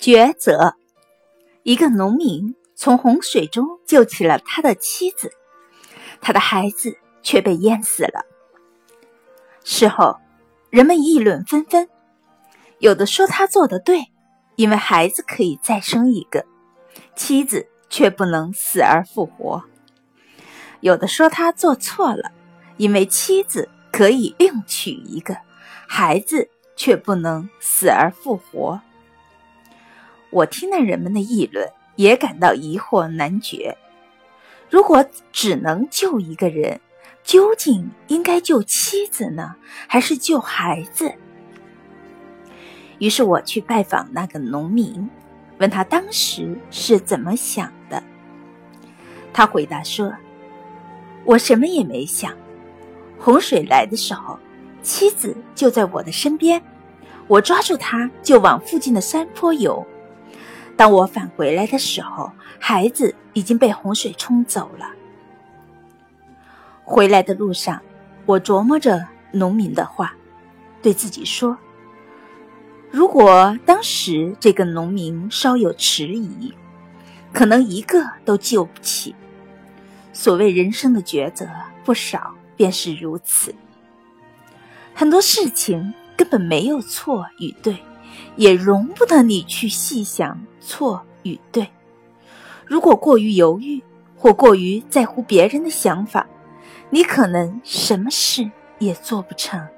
抉择。一个农民从洪水中救起了他的妻子，他的孩子却被淹死了。事后，人们议论纷纷，有的说他做得对，因为孩子可以再生一个，妻子却不能死而复活；有的说他做错了，因为妻子可以另娶一个，孩子却不能死而复活。我听了人们的议论，也感到疑惑难决。如果只能救一个人，究竟应该救妻子呢，还是救孩子？于是我去拜访那个农民，问他当时是怎么想的。他回答说，我什么也没想，洪水来的时候，妻子就在我的身边，我抓住她就往附近的山坡游。当我返回来的时候，孩子已经被洪水冲走了。回来的路上，我琢磨着农民的话，对自己说，如果当时这个农民稍有迟疑，可能一个都救不起。所谓人生的抉择，不少便是如此。很多事情根本没有错与对，也容不得你去细想错与对。如果过于犹豫，或过于在乎别人的想法，你可能什么事也做不成。